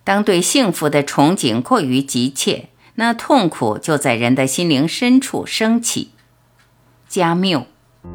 当对幸福的憧憬过于急切，那痛苦就在人的心灵深处升起。加缪。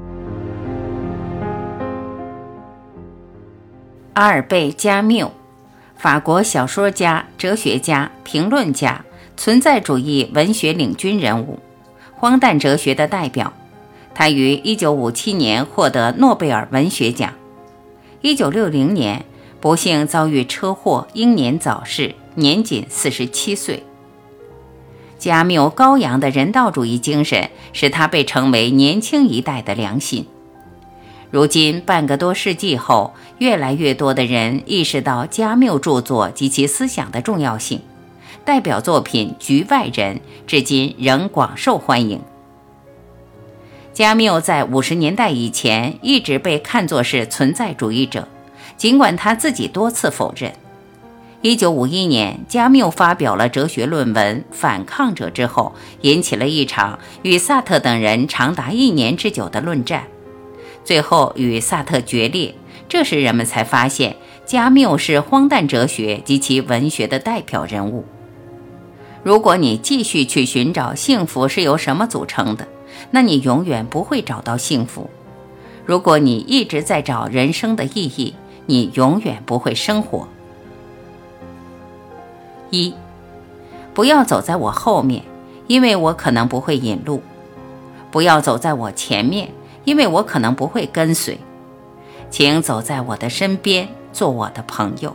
阿尔贝·加缪，法国小说家、哲学家、评论家，存在主义文学领军人物，荒诞哲学的代表。他于1957年获得诺贝尔文学奖。1960年不幸遭遇车祸，英年早逝，年仅47岁。加缪高扬的人道主义精神使他被称为年轻一代的良心。如今半个多世纪后，越来越多的人意识到加缪著作及其思想的重要性，代表作品《局外人》至今仍广受欢迎。加缪在50年代以前一直被看作是存在主义者，尽管他自己多次否认。1951年，加缪发表了哲学论文《反抗者》之后，引起了一场与萨特等人长达1年之久的论战，最后与萨特决裂。这时人们才发现，加缪是荒诞哲学及其文学的代表人物。如果你继续去寻找幸福是由什么组成的，那你永远不会找到幸福。如果你一直在找人生的意义，你永远不会生活。1. 不要走在我后面，因为我可能不会引路；不要走在我前面，因为我可能不会跟随。请走在我的身边，做我的朋友。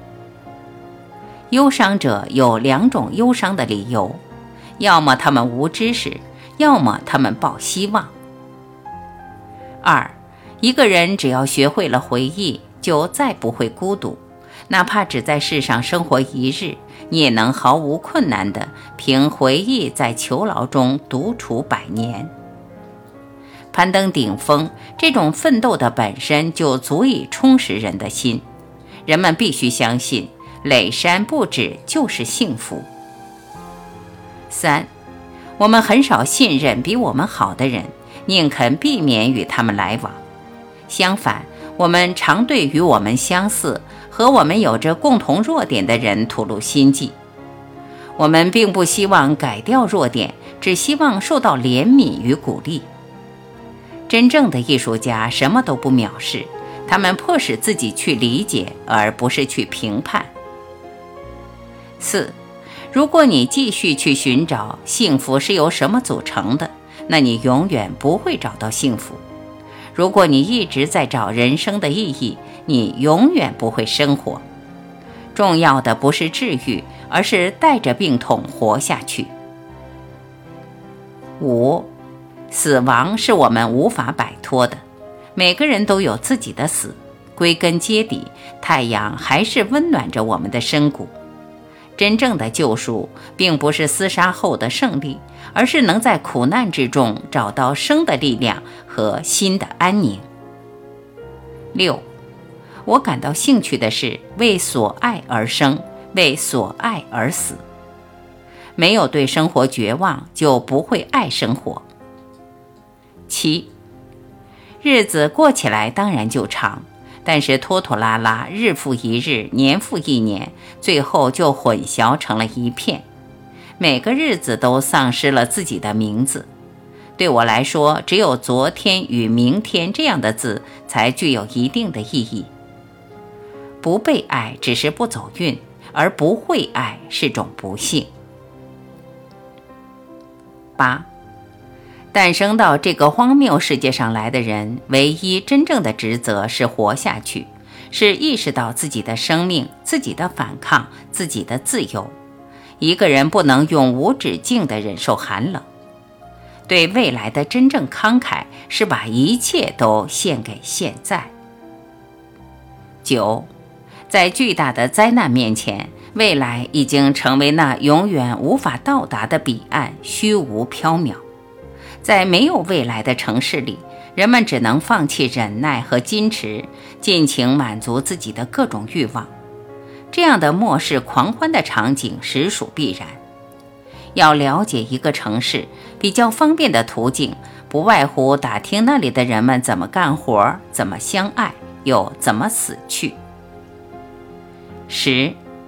忧伤者有2种忧伤的理由，要么他们无知识，要么他们抱希望。2. 一个人只要学会了回忆，就再不会孤独，哪怕只在世上生活1日，你也能毫无困难地凭回忆在囚牢中独处100年。攀登顶峰，这种奋斗的本身就足以充实人的心。人们必须相信，垒山不止就是幸福。3. 我们很少信任比我们好的人，宁肯避免与他们来往。相反，我们常对与我们相似、和我们有着共同弱点的人吐露心迹。我们并不希望改掉弱点，只希望受到怜悯与鼓励。真正的艺术家什么都不藐视，他们迫使自己去理解，而不是去评判。4. 如果你继续去寻找幸福是由什么组成的，那你永远不会找到幸福。如果你一直在找人生的意义，你永远不会生活。重要的不是治愈，而是带着病痛活下去。5. 死亡是我们无法摆脱的，每个人都有自己的死，归根结底，太阳还是温暖着我们的深谷。真正的救赎并不是厮杀后的胜利，而是能在苦难之中找到生的力量和心的安宁。6. 我感到兴趣的是为所爱而生，为所爱而死。没有对生活绝望，就不会爱生活。7. 日子过起来当然就长，但是拖拖拉拉，日复一日，年复一年，最后就混淆成了一片。每个日子都丧失了自己的名字。对我来说，只有昨天与明天这样的字才具有一定的意义。不被爱只是不走运，而不会爱是种不幸。8. 诞生到这个荒谬世界上来的人，唯一真正的职责是活下去，是意识到自己的生命、自己的反抗、自己的自由。一个人不能永无止境地忍受寒冷。对未来的真正慷慨，是把一切都献给现在。9. 在巨大的灾难面前，未来已经成为那永远无法到达的彼岸，虚无缥缈。在没有未来的城市里，人们只能放弃忍耐和矜持，尽情满足自己的各种欲望。这样的末世狂欢的场景实属必然。要了解一个城市，比较方便的途径不外乎打听那里的人们怎么干活，怎么相爱，又怎么死去。10.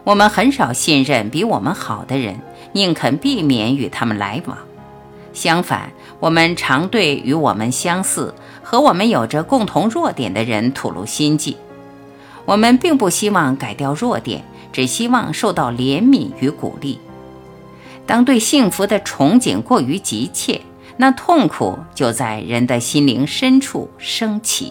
我们很少信任比我们好的人，宁肯避免与他们来往。相反，我们常对与我们相似、和我们有着共同弱点的人吐露心迹。我们并不希望改掉弱点，只希望受到怜悯与鼓励。当对幸福的憧憬过于急切，那痛苦就在人的心灵深处升起。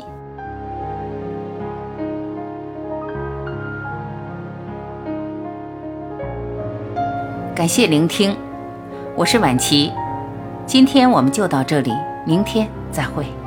感谢聆听，我是婉琪。今天我们就到这里，明天再会。